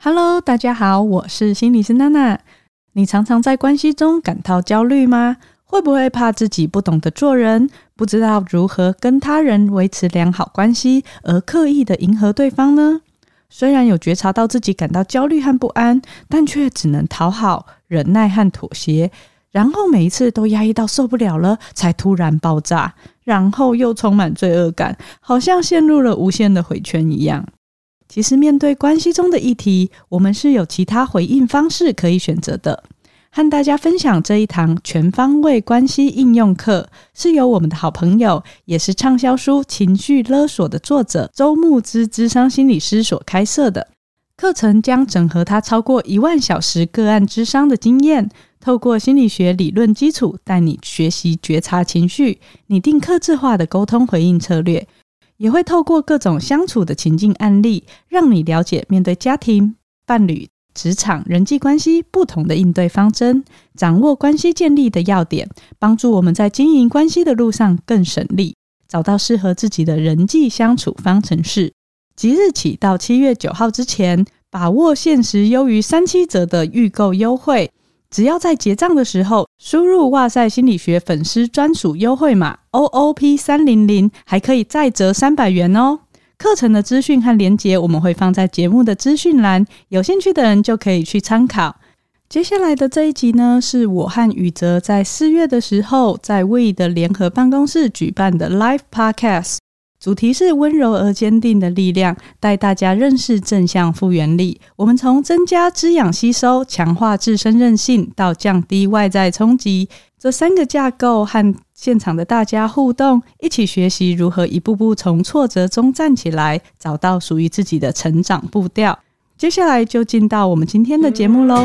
Hello， 大家好，我是心理师娜娜。你常常在关系中感到焦虑吗？会不会怕自己不懂得做人，不知道如何跟他人维持良好关系，而刻意的迎合对方呢？虽然有觉察到自己感到焦虑和不安，但却只能讨好、忍耐和妥协，然后每一次都压抑到受不了了，才突然爆炸，然后又充满罪恶感，好像陷入了无限的回圈一样。其实面对关系中的议题，我们是有其他回应方式可以选择的。和大家分享这一堂全方位关系应用课，是由我们的好朋友，也是畅销书《情绪勒索》的作者周慕姿諮商心理师所开设的。课程将整合他超过10000小时个案諮商的经验，透过心理学理论基础，带你学习觉察情绪，拟定客制化的沟通回应策略，也会透过各种相处的情境案例，让你了解面对家庭、伴侣、职场、人际关系不同的应对方针，掌握关系建立的要点，帮助我们在经营关系的路上更省力，找到适合自己的人际相处方程式。即日起到7月9号之前，把握限时优于37折的预购优惠，只要在结账的时候输入哇塞心理学粉丝专属优惠码 OOP300， 还可以再折300元哦。课程的资讯和连结我们会放在节目的资讯栏，有兴趣的人就可以去参考。接下来的这一集呢，是我和宇哲在4月的时候在 We 的联合办公室举办的 Live Podcast， 主题是温柔而坚定的力量，带大家认识正向复原力。我们从增加滋养吸收、强化自身韧性到降低外在冲击，这3个架构和现场的大家互动，一起学习如何一步步从挫折中站起来，找到属于自己的成长步调。接下来就进到我们今天的节目咯。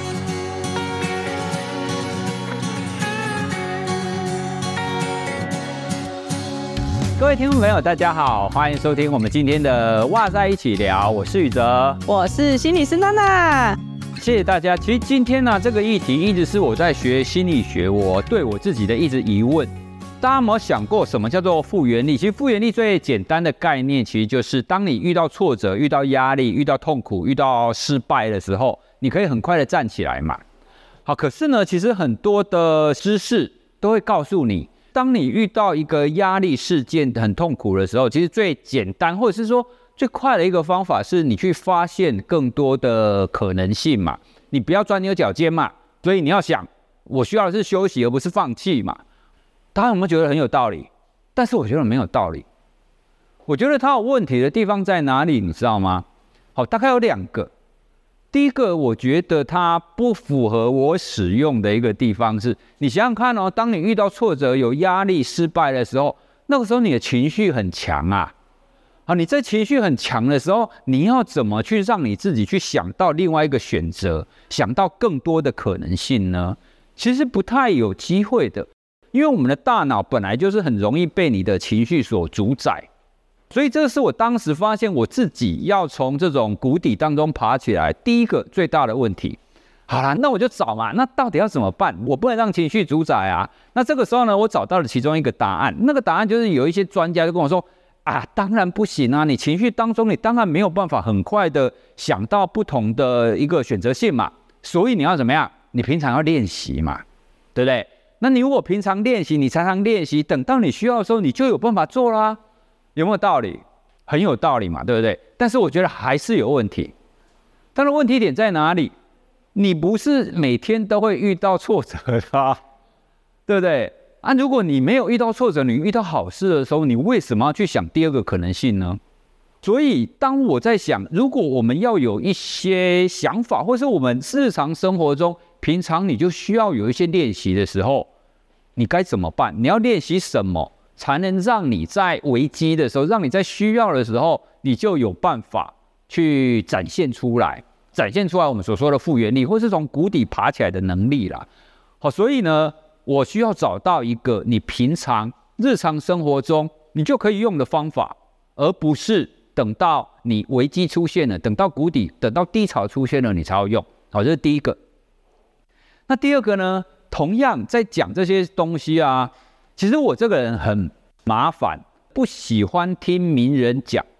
各位听众朋友大家好，欢迎收听我们今天的哇塞一起聊，我是宇哲， 我是心理师娜娜。 谢谢大家。其实今天呢，这个议题一直是我在学心理学，我对我自己的一直疑问。大家有没有想过什么叫做复原力？其实复原力最简单的概念，其实就是当你遇到挫折、遇到压力、遇到痛苦、遇到失败的时候，你可以很快的站起来嘛。好，可是呢，其实很多的知识都会告诉你，当你遇到一个压力事件很痛苦的时候，其实最简单或者是说最快的一个方法是你去发现更多的可能性嘛，你不要钻牛角尖嘛，所以你要想我需要的是休息而不是放弃嘛。大家有没有觉得很有道理？但是我觉得没有道理。我觉得它有问题的地方在哪里你知道吗？好，大概有2个。第一个我觉得它不符合我使用的一个地方是，你想想看哦，当你遇到挫折、有压力、失败的时候，那个时候你的情绪很强啊。好，你在情绪很强的时候，你要怎么去让你自己去想到另外一个选择，想到更多的可能性呢？其实不太有机会的，因为我们的大脑本来就是很容易被你的情绪所主宰，所以这个是我当时发现我自己要从这种谷底当中爬起来第一个最大的问题。好啦，那我就找嘛，那到底要怎么办？我不能让情绪主宰啊。那这个时候呢，我找到了其中一个答案，那个答案就是有一些专家就跟我说啊，当然不行啊！你情绪当中，你当然没有办法很快的想到不同的一个选择性嘛，所以你要怎么样？你平常要练习嘛，对不对？那你如果平常练习，你常常练习，等到你需要的时候，你就有办法做啦，有没有道理？很有道理嘛，对不对？但是我觉得还是有问题。它的问题点在哪里？你不是每天都会遇到挫折的啊，对不对？啊，如果你没有遇到挫折，你遇到好事的时候，你为什么要去想第2个可能性呢？所以当我在想，如果我们要有一些想法，或是我们日常生活中平常你就需要有一些练习的时候，你该怎么办？你要练习什么才能让你在危机的时候，让你在需要的时候，你就有办法去展现出来我们所说的复原力，或是从谷底爬起来的能力啦。好，所以呢，我需要找到一个你平常日常生活中你就可以用的方法，而不是等到你危机出现了，等到谷底，等到低潮出现了你才要用。好，这是第一个。那第2个呢，同样在讲这些东西啊，其实我这个人很麻烦，不喜欢听名人讲，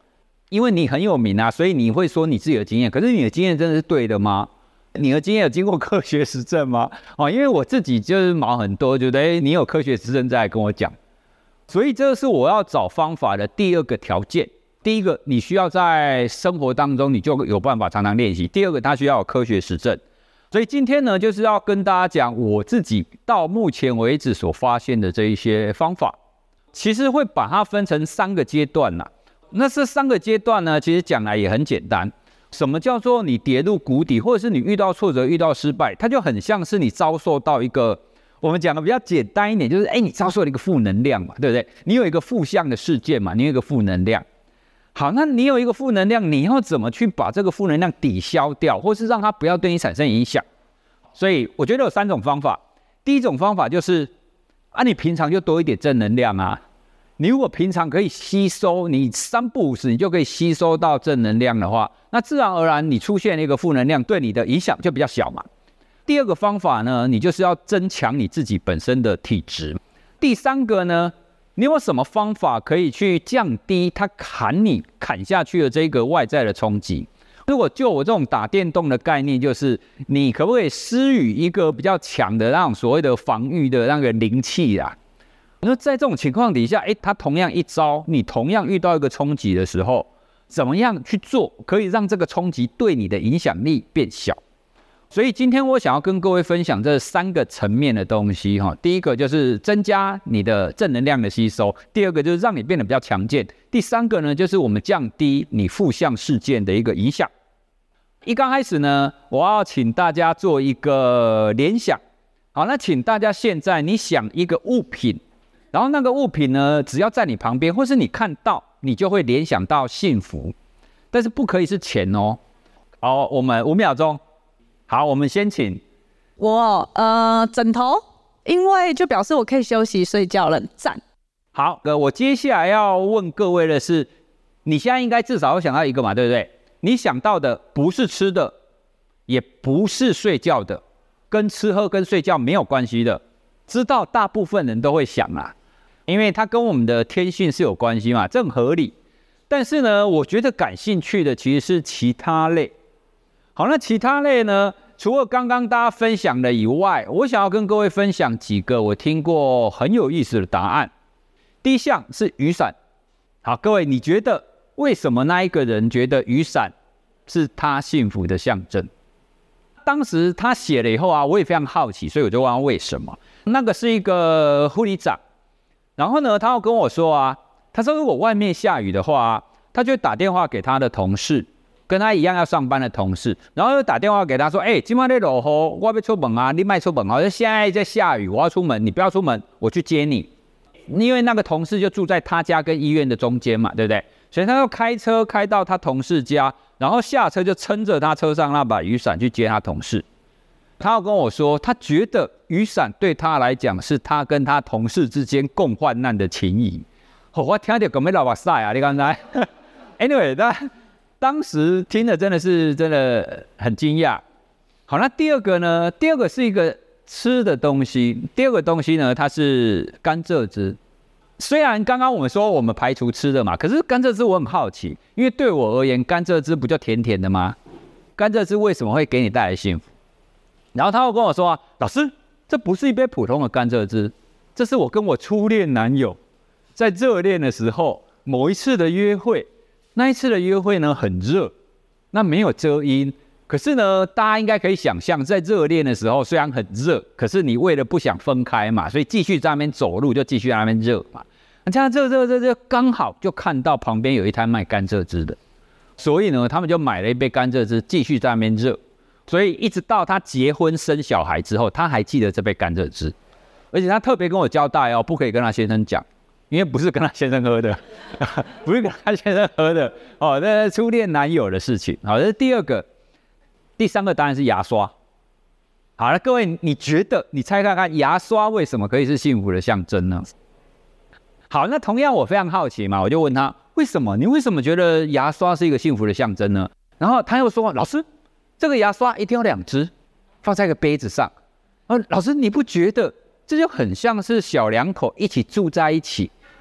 因为你很有名啊，所以你会说你自己的经验。可是你的经验真的是对的吗？你的经验有经过科学实证吗？因为我自己就是毛很多，觉得你有科学实证再来跟我讲。所以这是我要找方法的第二个条件。第一个，你需要在生活当中你就有办法常常练习；第二个，它需要有科学实证。所以今天呢，就是要跟大家讲我自己到目前为止所发现的这一些方法。其实会把它分成3个阶段啦。那这3个阶段呢，其实讲来也很简单。什么叫做你跌入谷底，或者是你遇到挫折、遇到失败，它就很像是你遭受到一个，我们讲的比较简单一点，就是你遭受了一个负能量嘛，对不对？你有一个负向的事件嘛，你有一个负能量。好，那你有一个负能量，你要怎么去把这个负能量抵消掉，或是让它不要对你产生影响？所以我觉得有3种方法。第一种方法就是你平常就多一点正能量啊。你如果平常可以吸收，你3不5时你就可以吸收到正能量的话，那自然而然你出现一个负能量，对你的影响就比较小嘛。第二个方法呢，你就是要增强你自己本身的体质。第3个呢，你有什么方法可以去降低它砍下去的这个外在的冲击？如果就我这种打电动的概念，就是你可不可以施予一个比较强的那种所谓的防御的那个灵气啊？那在这种情况底下，它同样一招，你同样遇到一个冲击的时候，怎么样去做可以让这个冲击对你的影响力变小？所以今天我想要跟各位分享这3个层面的东西哈。第一个就是增加你的正能量的吸收，第二个就是让你变得比较强健，第3个呢就是我们降低你负向事件的一个影响。刚开始呢，我要请大家做一个联想。好，那请大家现在你想一个物品，然后那个物品呢，只要在你旁边，或是你看到，你就会联想到幸福，但是不可以是钱哦。好，我们5秒钟。好，我们先请枕头，因为就表示我可以休息睡觉了，赞。 好，我接下来要问各位的是，你现在应该至少会想到一个嘛，对不对？你想到的不是吃的，也不是睡觉的，跟吃喝跟睡觉没有关系的。知道大部分人都会想啊，因为它跟我们的天性是有关系嘛，这很合理。但是呢，我觉得感兴趣的其实是其他类。好，那其他类呢，除了刚刚大家分享的以外，我想要跟各位分享几个我听过很有意思的答案。第一项是雨伞。好，各位，你觉得为什么那一个人觉得雨伞是他幸福的象征？当时他写了以后啊，我也非常好奇，所以我就问他为什么。那个是一个护理长，然后呢，他要跟我说啊，他说如果外面下雨的话，他就会打电话给他的同事，跟他一样要上班的同事，然后又打电话给他说，今晚在落雨，我要出门啊，你别出门啊，现在在下雨，我要出门，你不要出门，我去接你。因为那个同事就住在他家跟医院的中间嘛，对不对？所以他就开车开到他同事家，然后下车就撑着他车上那把雨伞去接他同事。他要跟我说，他觉得雨伞对他来讲是他跟他同事之间共患难的情谊。我听到根本老把晒啊！你刚才，anyway， 当时听的真的很惊讶。好，那第二个呢？第二个是一个吃的东西。第二个东西呢，它是甘蔗汁。虽然刚刚我们说我们排除吃的嘛，可是甘蔗汁我很好奇，因为对我而言，甘蔗汁不就甜甜的吗？甘蔗汁为什么会给你带来幸福？然后他会跟我说老师，这不是一杯普通的甘蔗汁，这是我跟我初恋男友在热恋的时候某一次的约会。那一次的约会呢很热，那没有遮阴，可是呢大家应该可以想象，在热恋的时候虽然很热，可是你为了不想分开嘛，所以继续在那边走路，就继续在那边热嘛。这样热，刚好就看到旁边有一摊卖甘蔗汁的，所以呢他们就买了一杯甘蔗汁，继续在那边热。所以一直到他结婚生小孩之后，他还记得这杯甘蔗汁，而且他特别跟我交代不可以跟他先生讲，因为不是跟他先生喝的，不是跟他先生喝的这是初恋男友的事情。好，这是第二个。第3个当然是牙刷。好了，各位，你觉得你猜看看，牙刷为什么可以是幸福的象征呢？好，那同样我非常好奇嘛，我就问他你为什么觉得牙刷是一个幸福的象征呢？然后他又说，老师，这个牙刷一定要2支，放在一个杯子上。老师，你不觉得这就很像是小两口一起住在一起，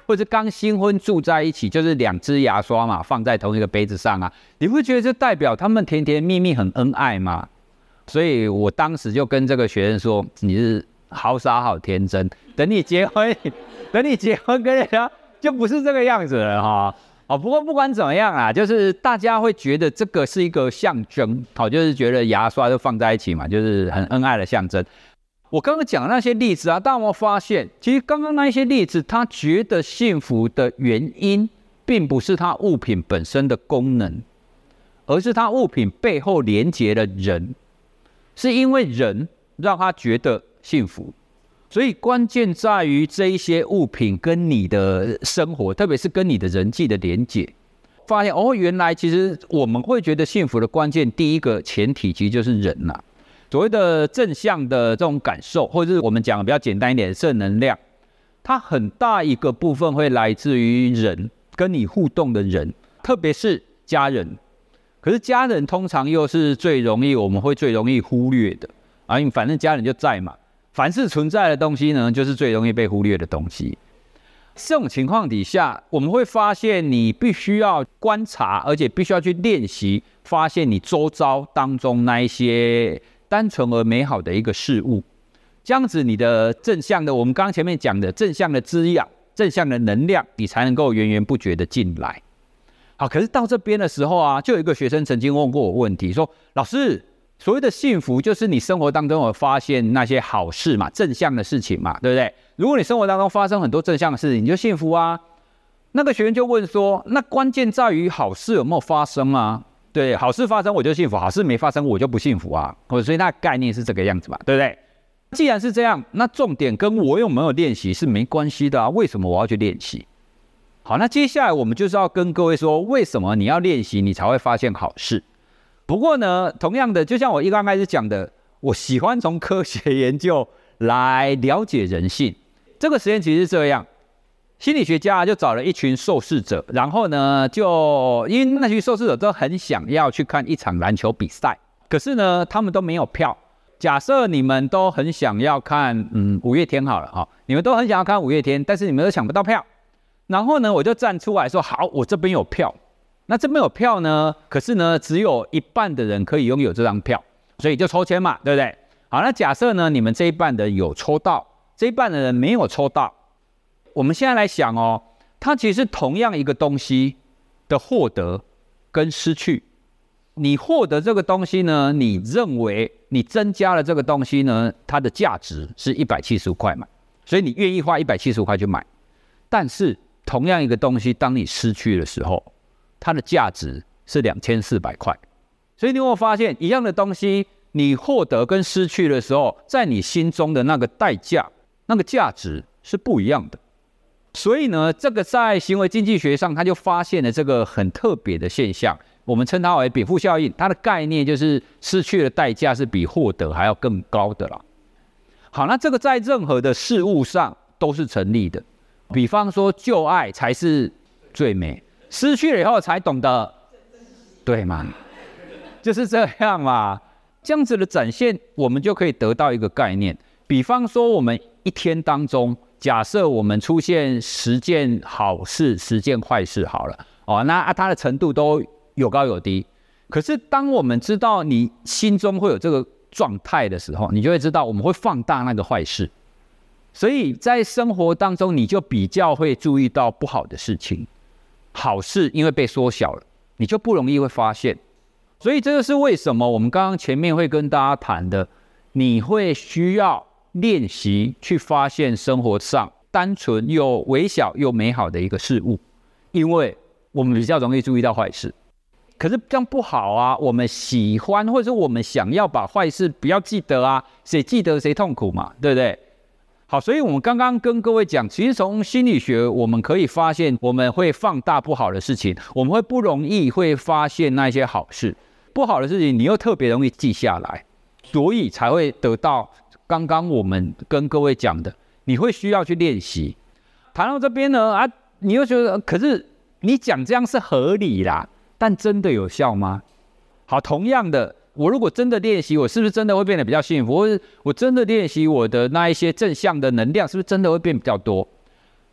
或者刚新婚住在一起，就是2支牙刷嘛，放在同一个杯子上啊，你不觉得这代表他们甜甜蜜蜜很恩爱吗？所以我当时就跟这个学生说，你是好傻好天真，等你结婚跟人家就不是这个样子了哈。不过不管怎么样啊，就是大家会觉得这个是一个象征，就是觉得牙刷就放在一起嘛，就是很恩爱的象征。我刚刚讲的那些例子啊，大家有没有发现，其实刚刚那些例子，他觉得幸福的原因，并不是他物品本身的功能，而是他物品背后连结了人，是因为人让他觉得幸福。所以关键在于这一些物品跟你的生活，特别是跟你的人际的连结，发现原来其实我们会觉得幸福的关键，第一个前提其实就是人啊。所谓的正向的这种感受，或者是我们讲的比较简单一点的正能量，它很大一个部分会来自于人跟你互动的人，特别是家人。可是家人通常又是我们会最容易忽略的啊，因为反正家人就在嘛。凡是存在的东西呢，就是最容易被忽略的东西。这种情况底下，我们会发现你必须要观察，而且必须要去练习，发现你周遭当中那一些单纯而美好的一个事物。这样子，你的正向的，我们刚刚前面讲的正向的滋养、正向的能量，你才能够源源不绝的进来。好，可是到这边的时候啊，就有一个学生曾经问过我问题，说：“老师，所谓的幸福，就是你生活当中有发现那些好事嘛，正向的事情嘛，对不对？如果你生活当中发生很多正向的事情，你就幸福啊。”那个学员就问说：“那关键在于好事有没有发生啊？对，好事发生我就幸福，好事没发生我就不幸福啊。所以那概念是这个样子嘛，对不对？既然是这样，那重点跟我有没有练习是没关系的啊。为什么我要去练习？好，那接下来我们就是要跟各位说，为什么你要练习，你才会发现好事。不过呢，同样的，就像我刚开始讲的，我喜欢从科学研究来了解人性。这个实验其实是这样，心理学家就找了一群受试者，然后呢，就因为那群受试者都很想要去看一场篮球比赛，可是呢，他们都没有票。假设你们都很想要看五月天好了啊，你们都很想要看五月天，但是你们都抢不到票。然后呢，我就站出来说：“好，我这边有票。”那这边有票呢，可是呢，只有一半的人可以拥有这张票，所以就抽签嘛，对不对？好，那假设呢，你们这一半的人有抽到，这一半的人没有抽到，我们现在来想哦，它其实是同样一个东西的获得跟失去。你获得这个东西呢，你认为你增加了这个东西呢，它的价值是175块嘛，所以你愿意花175块去买。但是同样一个东西，当你失去的时候，它的价值是2400块，所以你有没有发现，一样的东西，你获得跟失去的时候，在你心中的那个代价、那个价值是不一样的。所以呢，这个在行为经济学上，他就发现了这个很特别的现象，我们称它为禀赋效应。它的概念就是失去的代价是比获得还要更高的啦。好，那这个在任何的事物上都是成立的。比方说，旧爱才是最美。失去了以后才懂得，对吗？就是这样嘛。这样子的展现，我们就可以得到一个概念。比方说，我们一天当中，假设我们出现10件好事、10件坏事好了，那它的程度都有高有低。可是，当我们知道你心中会有这个状态的时候，你就会知道我们会放大那个坏事。所以在生活当中，你就比较会注意到不好的事情。好事因为被缩小了，你就不容易会发现。所以这就是为什么我们刚刚前面会跟大家谈的，你会需要练习去发现生活上单纯又微小又美好的一个事物，因为我们比较容易注意到坏事。可是这样不好啊，我们喜欢或者我们想要把坏事不要记得啊，谁记得谁痛苦嘛，对不对？好，所以我们刚刚跟各位讲，其实从心理学我们可以发现，我们会放大不好的事情，我们会不容易会发现那些好事。不好的事情你又特别容易记下来，所以才会得到刚刚我们跟各位讲的，你会需要去练习。谈到这边呢，你又觉得，可是你讲这样是合理啦，但真的有效吗？好，同样的，我如果真的练习，我是不是真的会变得比较幸福？或者我真的练习我的那一些正向的能量，是不是真的会变比较多？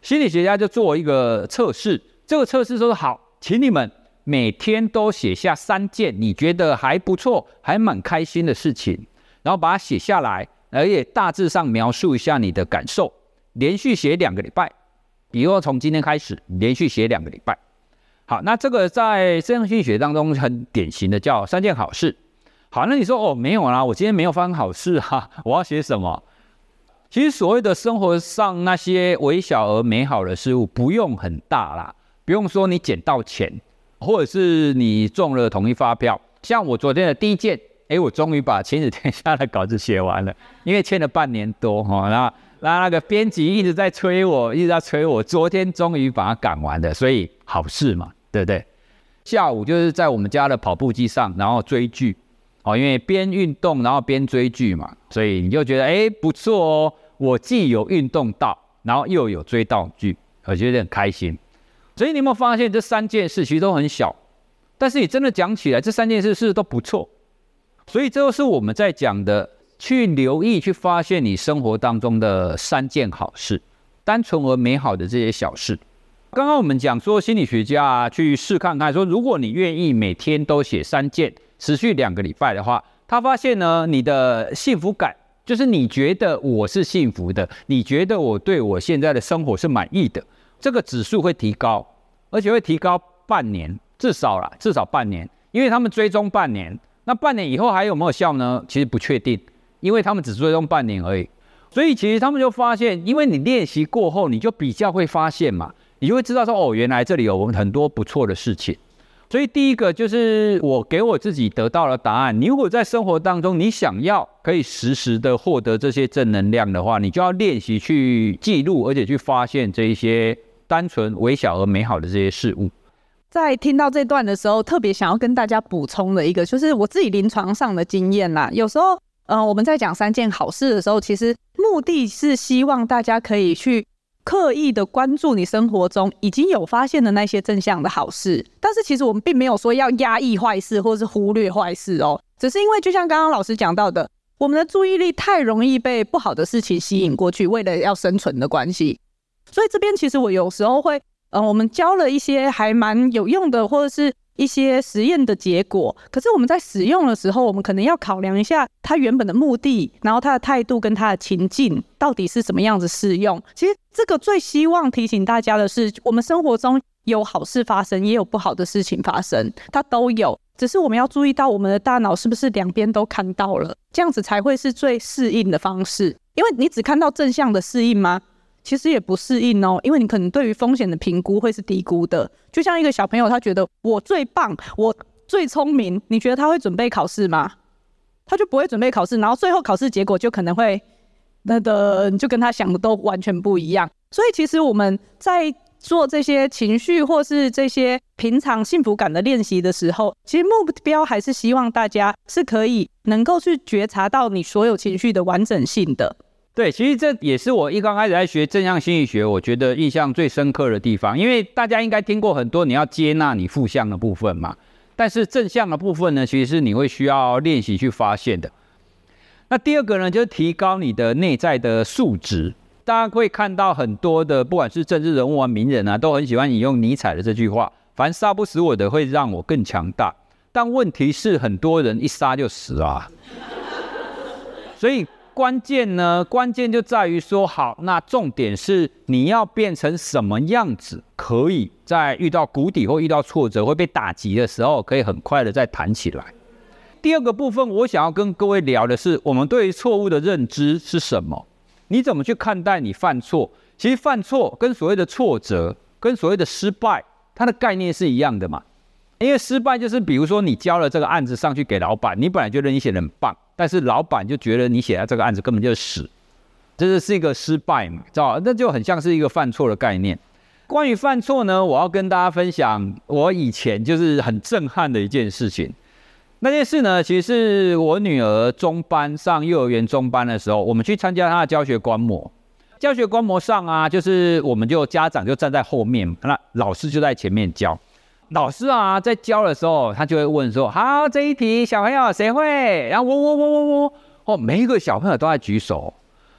心理学家就做一个测试，这个测试说好，请你们每天都写下3件你觉得还不错、还蛮开心的事情，然后把它写下来，而且大致上描述一下你的感受，连续写2个礼拜。以后从今天开始，连续写2个礼拜。好，那这个在正向心理学当中很典型的叫3件好事。好，那你说哦，没有啦，我今天没有发生好事啊，我要写什么？其实所谓的生活上那些微小而美好的事物，不用很大啦，不用说你捡到钱，或者是你中了统一发票。像我昨天的第一件，我终于把《亲子天下》的稿子写完了，因为欠了半年多哈，那个编辑一直在催我，昨天终于把它赶完了，所以好事嘛，对不对？下午就是在我们家的跑步机上，然后追剧，因为边运动然后边追剧嘛，所以你就觉得不错哦，我既有运动到，然后又有追到剧，我觉得很开心。所以你有没有发现这3件事其实都很小，但是你真的讲起来，这3件事都不错。所以这就是我们在讲的，去留意、去发现你生活当中的3件好事，单纯而美好的这些小事。刚刚我们讲说，心理学家去试看看，说如果你愿意每天都写3件，持续2个礼拜的话，他发现呢，你的幸福感，就是你觉得我是幸福的，你觉得我对我现在的生活是满意的，这个指数会提高，而且会提高半年，至少半年，因为他们追踪半年。那半年以后还有没有效呢？其实不确定，因为他们只追踪半年而已。所以其实他们就发现，因为你练习过后，你就比较会发现嘛，你就会知道说，原来这里有很多不错的事情。所以第一个就是我给我自己得到了答案。你如果在生活当中，你想要可以实时的获得这些正能量的话，你就要练习去记录，而且去发现这一些单纯、微小而美好的这些事物。 在听到这段的时候，特别想要跟大家补充的一个，就是我自己临床上的经验啦。有时候，我们在讲3件好事的时候，其实目的是希望大家可以去刻意的关注你生活中已经有发现的那些正向的好事。但是其实我们并没有说要压抑坏事或是忽略坏事哦，只是因为就像刚刚老师讲到的，我们的注意力太容易被不好的事情吸引过去，为了要生存的关系。所以这边其实我有时候会我们教了一些还蛮有用的，或者是一些实验的结果，可是我们在使用的时候，我们可能要考量一下它原本的目的，然后它的态度跟它的情境到底是什么样子适用。其实这个最希望提醒大家的是，我们生活中有好事发生，也有不好的事情发生，它都有，只是我们要注意到我们的大脑是不是两边都看到了，这样子才会是最适应的方式。因为你只看到正向的适应吗？其实也不适应哦，因为你可能对于风险的评估会是低估的。就像一个小朋友，他觉得我最棒，我最聪明，你觉得他会准备考试吗？他就不会准备考试，然后最后考试结果就可能会就跟他想的都完全不一样。所以其实我们在做这些情绪或是这些平常幸福感的练习的时候，其实目标还是希望大家是可以能够去觉察到你所有情绪的完整性的。 对，其实这也是我一刚开始在学正向心理学，我觉得印象最深刻的地方。因为大家应该听过很多你要接纳你负向的部分嘛，但是正向的部分呢，其实是你会需要练习去发现的。那第二个呢，就是提高你的内在的素质。大家会看到很多的，不管是政治人物啊、名人啊，都很喜欢引用尼采的这句话：凡杀不死我的，会让我更强大。但问题是，很多人一杀就死啊。所以关键就在于说，好，那重点是你要变成什么样子，可以在遇到谷底或遇到挫折会被打击的时候，可以很快的再弹起来。第二个部分，我想要跟各位聊的是，我们对于错误的认知是什么？你怎么去看待你犯错？其实犯错跟所谓的挫折，跟所谓的失败，它的概念是一样的嘛。因为失败就是比如说你交了这个案子上去给老板，你本来觉得你写得很棒，但是老板就觉得你写的这个案子根本就是屎，这是一个失败嘛，知道？那就很像是一个犯错的概念。关于犯错呢，我要跟大家分享我以前就是很震撼的一件事情。那件事呢，其实是我女儿中班上幼儿园中班的时候，我们去参加她的教学观摩。教学观摩上啊，就是我们家长就站在后面，那老师就在前面教。老师啊，在教的时候，他就会问说：“好，这一题小朋友谁会？”然后我，每一个小朋友都在举手。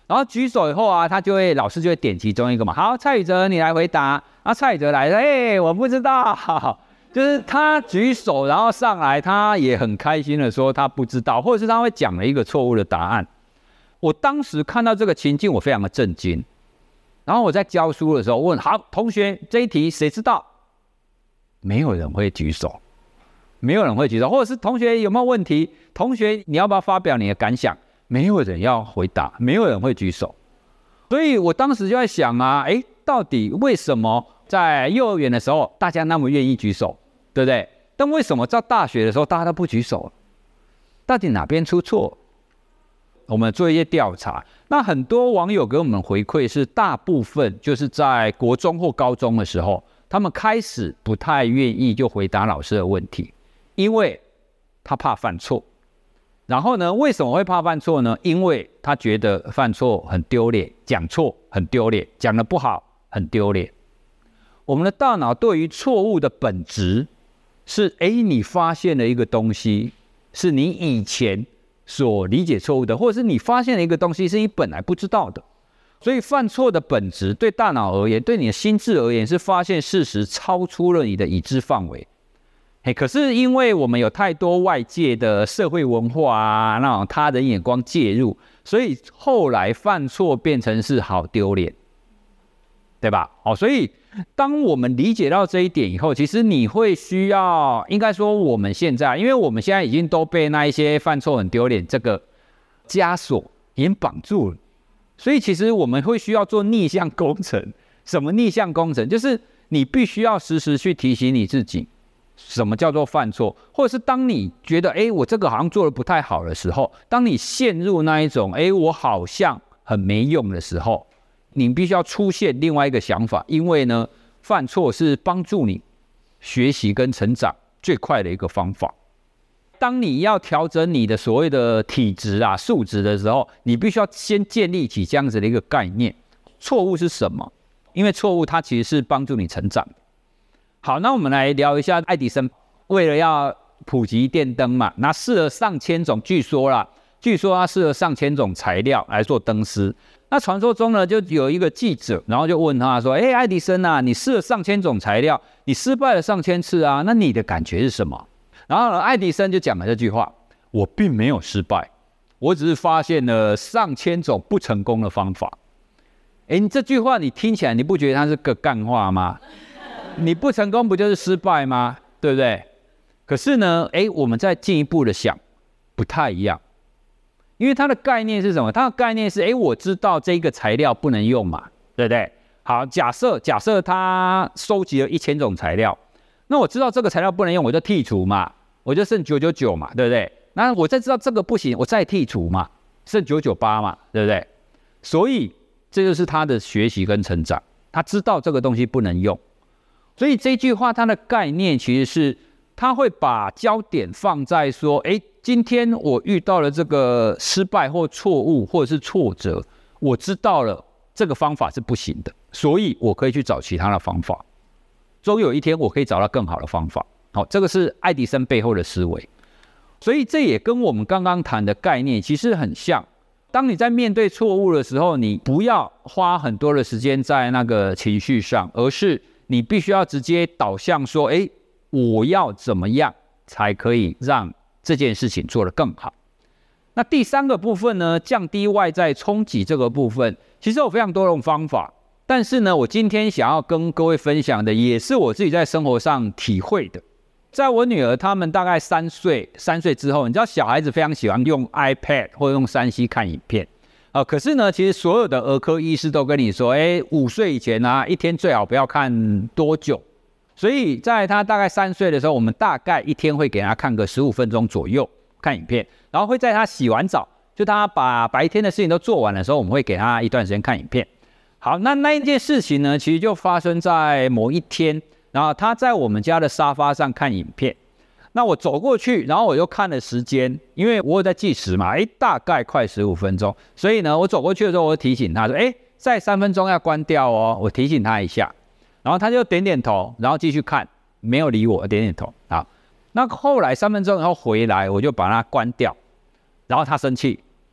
然后举手以后啊，老师就会点其中一个嘛。好，蔡宇哲你来回答。然后蔡宇哲来了，我不知道。就是他举手，然后上来，他也很开心的说他不知道，或者是他会讲了一个错误的答案。我当时看到这个情境，我非常的震惊。然后我在教书的时候问：好，同学，这一题谁知道？没有人会举手，没有人会举手，或者是同学有没有问题？同学你要不要发表你的感想？没有人要回答，没有人会举手。所以我当时就在想啊，到底为什么在幼儿园的时候大家那么愿意举手，对不对？但为什么到大学的时候大家都不举手？到底哪边出错？我们做一些调查，那很多网友给我们回馈是，大部分就是在国中或高中的时候，他们开始不太愿意就回答老师的问题，因为他怕犯错。然后呢，为什么会怕犯错呢？因为他觉得犯错很丢脸，讲错很丢脸，讲得不好很丢脸。我们的大脑对于错误的本质是，你发现了一个东西，是你以前所理解错误的，或者是你发现了一个东西是你本来不知道的。所以犯错的本质对大脑而言，对你的心智而言，是发现事实超出了你的已知范围。可是因为我们有太多外界的社会文化啊，那种他人眼光介入，所以后来犯错变成是好丢脸，对吧？所以当我们理解到这一点以后，其实你会需要，应该说我们现在，因为我们现在已经都被那一些犯错很丢脸这个枷锁已经绑住了，所以其实我们会需要做逆向工程。什么逆向工程？就是你必须要时时去提醒你自己，什么叫做犯错，或者是当你觉得我这个好像做得不太好的时候，当你陷入那一种我好像很没用的时候，你必须要出现另外一个想法，因为呢，犯错是帮助你学习跟成长最快的一个方法。当你要调整你的所谓的体质啊、素质的时候，你必须要先建立起这样子的一个概念：错误是什么？因为错误它其实是帮助你成长的。好，那我们来聊一下爱迪生为了要普及电灯嘛，那试了上千种，据说他试了上千种材料来做灯丝。那传说中呢，就有一个记者，然后就问他说：爱迪生啊，你试了上千种材料，你失败了上千次啊，那你的感觉是什么？然后呢，爱迪生就讲了这句话：我并没有失败，我只是发现了上千种不成功的方法。你这句话你听起来，你不觉得它是个干话吗？你不成功不就是失败吗？对不对？可是呢，我们再进一步的想，不太一样。因为它的概念是什么？它的概念是，我知道这个材料不能用嘛，对不对？好，假设他收集了1000种材料，那我知道这个材料不能用，我就剔除嘛，我就剩999嘛，对不对？那我再知道这个不行，我再剔除嘛，剩998嘛，对不对？所以这就是他的学习跟成长，他知道这个东西不能用。所以这句话它的概念其实是，他会把焦点放在说，今天我遇到了这个失败或错误或者是挫折，我知道了这个方法是不行的，所以我可以去找其他的方法，终有一天我可以找到更好的方法。好，这个是爱迪生背后的思维。所以这也跟我们刚刚谈的概念其实很像。当你在面对错误的时候，你不要花很多的时间在那个情绪上，而是你必须要直接导向说，我要怎么样才可以让这件事情做得更好。那第3个部分呢，降低外在冲击这个部分，其实有非常多种方法，但是呢，我今天想要跟各位分享的，也是我自己在生活上体会的。在我女儿他们大概3岁之后，你知道小孩子非常喜欢用 iPad 或者用3C 看影片，可是呢，其实所有的儿科医师都跟你说，5岁以前啊，一天最好不要看多久。所以在他大概3岁的时候，我们大概一天会给他看个15分钟左右看影片，然后会在他洗完澡，就他把白天的事情都做完的时候，我们会给他一段时间看影片。好，那一件事情呢，其实就发生在某一天，然后他在我们家的沙发上看影片。那我走过去，然后我又看了时间，因为我有在计时嘛，大概快15分钟。所以呢，我走过去的时候，我提醒他说，再3分钟要关掉哦，我提醒他一下。然后他就点点头，然后继续看，没有理我，点点头。好，那后来3分钟以后回来，我就把它关掉，然后他生气，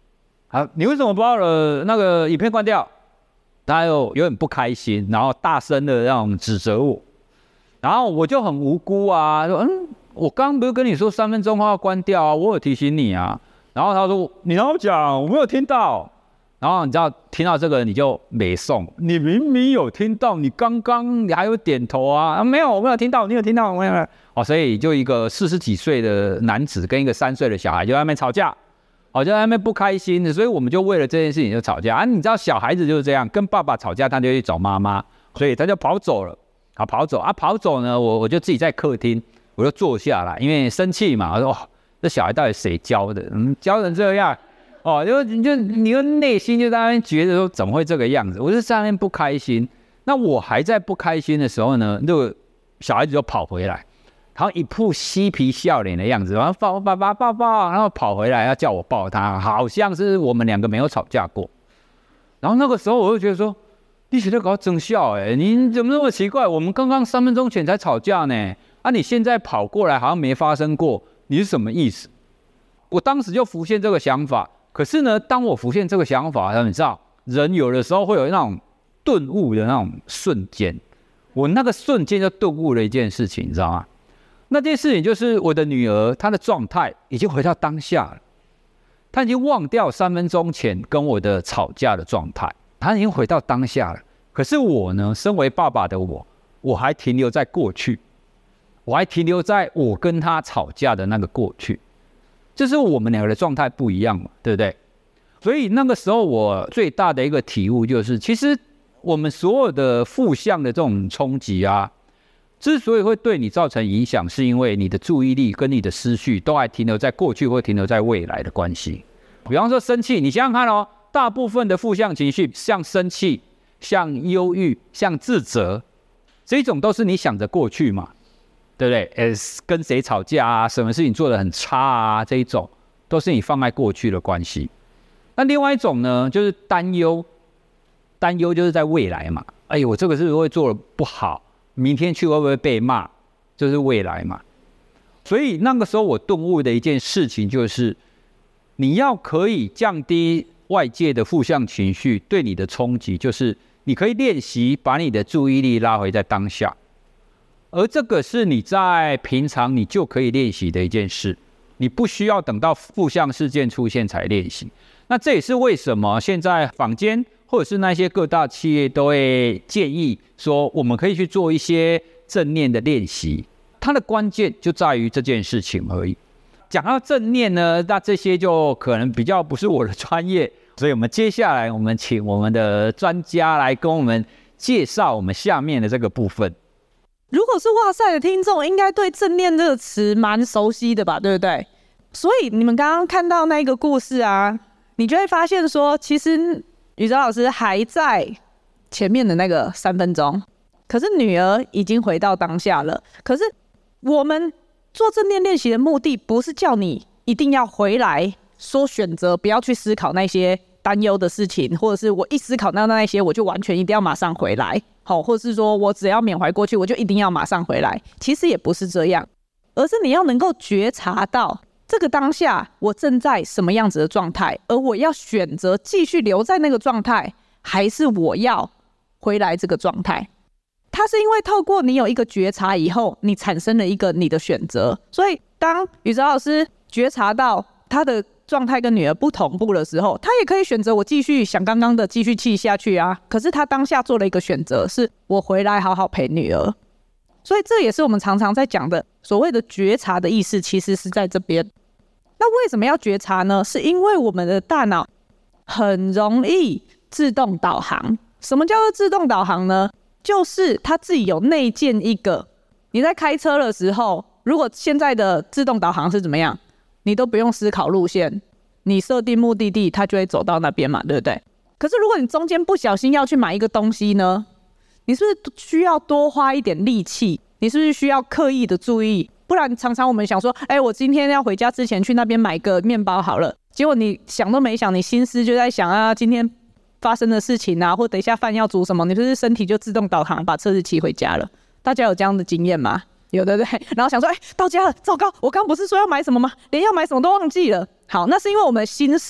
啊，你为什么把我的那个影片关掉？他有点不开心，然后大声的让我们指责我，然后我就很无辜啊，说我刚刚不是跟你说3分钟后要关掉啊，我有提醒你啊。然后他说你让我讲，我没有听到。然后你知道听到这个你就没送，你明明有听到，你刚刚你还有点头啊，没有，我没有听到，你有听到没有？哦，所以就一个40几岁的男子跟一个3岁的小孩就在那边吵架。就在那边不开心的，所以我们就为了这件事情就吵架啊！你知道小孩子就是这样，跟爸爸吵架，他就去找妈妈，所以他就跑走了。好，跑走呢，我就自己在客厅，我就坐下来，因为生气嘛，我说这小孩到底谁教的？教成这样你的内心就在那边觉得说怎么会这个样子？我就在那边不开心。那我还在不开心的时候呢，那个小孩子就跑回来。然后一副嬉皮笑脸的样子，然后爸爸抱，然后跑回来要叫我抱他，好像是我们2个没有吵架过。然后那个时候我就觉得说，你在搞真笑你怎么那么奇怪？我们刚刚3分钟前才吵架呢，你现在跑过来好像没发生过，你是什么意思？我当时就浮现这个想法。可是呢，当我浮现这个想法，你知道，人有的时候会有那种顿悟的那种瞬间。我那个瞬间就顿悟了一件事情，你知道吗？那件事情就是我的女儿，她的状态已经回到当下了，她已经忘掉3分钟前跟我的吵架的状态，她已经回到当下了。可是我呢，身为爸爸的我还停留在过去，我还停留在我跟她吵架的那个过去，就是我们2个的状态不一样嘛，对不对？所以那个时候我最大的一个体悟就是，其实我们所有的负向的这种冲击啊，之所以会对你造成影响，是因为你的注意力跟你的思绪都还停留在过去或停留在未来的关系。比方说生气，你想想看大部分的负向情绪，像生气、像忧郁、像自责，这种都是你想着过去嘛，对不对？跟谁吵架啊，什么事情做得很差啊，这一种都是你放在过去的关系。那另外一种呢，就是担忧，担忧就是在未来嘛。我这个是不是会做得不好？明天去会不会被骂？就是未来嘛。所以那个时候我顿悟的一件事情就是，你要可以降低外界的负向情绪对你的冲击，就是你可以练习把你的注意力拉回在当下，而这个是你在平常你就可以练习的一件事，你不需要等到负向事件出现才练习。那这也是为什么现在坊间或者是那些各大企业都会建议说，我们可以去做一些正念的练习。它的关键就在于这件事情而已。讲到正念呢，那这些就可能比较不是我的专业，所以我们接下来我们请我们的专家来跟我们介绍我们下面的这个部分。 如果是哇塞的听众，应该对正念这个词蛮熟悉的吧，对不对？所以你们刚刚看到那个故事啊，你就会发现说，其实宇哲老师还在前面的那个3分钟，可是女儿已经回到当下了。可是我们做正念练习的目的，不是叫你一定要回来说选择不要去思考那些担忧的事情，或者是我一思考到那些我就完全一定要马上回来，或者是说我只要缅怀过去我就一定要马上回来。其实也不是这样，而是你要能够觉察到这个当下我正在什么样子的状态，而我要选择继续留在那个状态，还是我要回来这个状态。它是因为透过你有一个觉察以后，你产生了一个你的选择。所以当宇哲老师觉察到他的状态跟女儿不同步的时候，他也可以选择我继续想刚刚的继续气下去啊，可是他当下做了一个选择，是我回来好好陪女儿。所以这也是我们常常在讲的所谓的觉察的意思，其实是在这边。那为什么要觉察呢？是因为我们的大脑很容易自动导航。什么叫做自动导航呢？就是它自己有内建一个，你在开车的时候，如果现在的自动导航是怎么样，你都不用思考路线，你设定目的地，它就会走到那边嘛，对不对？可是如果你中间不小心要去买一个东西呢，你是不是需要多花一点力气？你是不是需要刻意的注意？不然常常我们想说，我今天要回家之前去那边买个面包好了，结果你想都没想，你心思就在想啊，今天发生的事情啊，或等一下饭要煮什么，你是不是身体就自动导航把车子骑回家了？大家有这样的经验吗？有对不对？然后想说，到家了，糟糕，我刚不是说要买什么吗？连要买什么都忘记了。好，那是因为我们的心思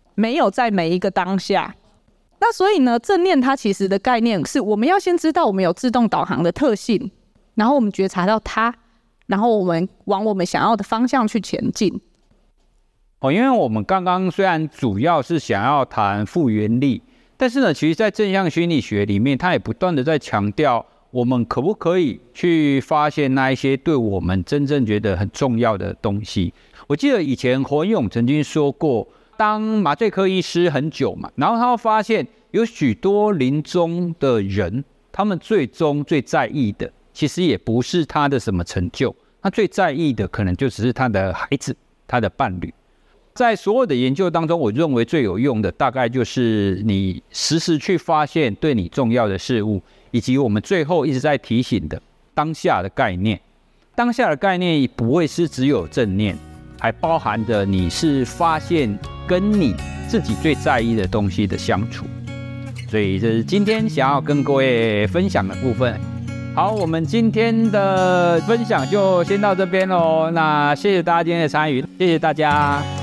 没有在每一个当下。那所以呢，正念它其实的概念是我们要先知道我们有自动导航的特性，然后我们觉察到它，然后我们往我们想要的方向去前进。 因为我们刚刚虽然主要是想要谈复原力，但是呢，其实在正向心理学里面，它也不断的在强调我们可不可以去发现那一些对我们真正觉得很重要的东西。我记得以前侯文勇曾经说过，当麻醉科医师很久嘛，然后他会发现有许多临终的人，他们最终最在意的其实也不是他的什么成就，他最在意的可能就只是他的孩子，他的伴侣。在所有的研究当中，我认为最有用的大概就是你时时去发现对你重要的事物，以及我们最后一直在提醒的当下的概念。当下的概念不会是只有正念，还包含着你是发现跟你自己最在意的东西的相处。所以这是今天想要跟各位分享的部分。好，我们今天的分享就先到这边咯。那谢谢大家今天的参与，谢谢大家。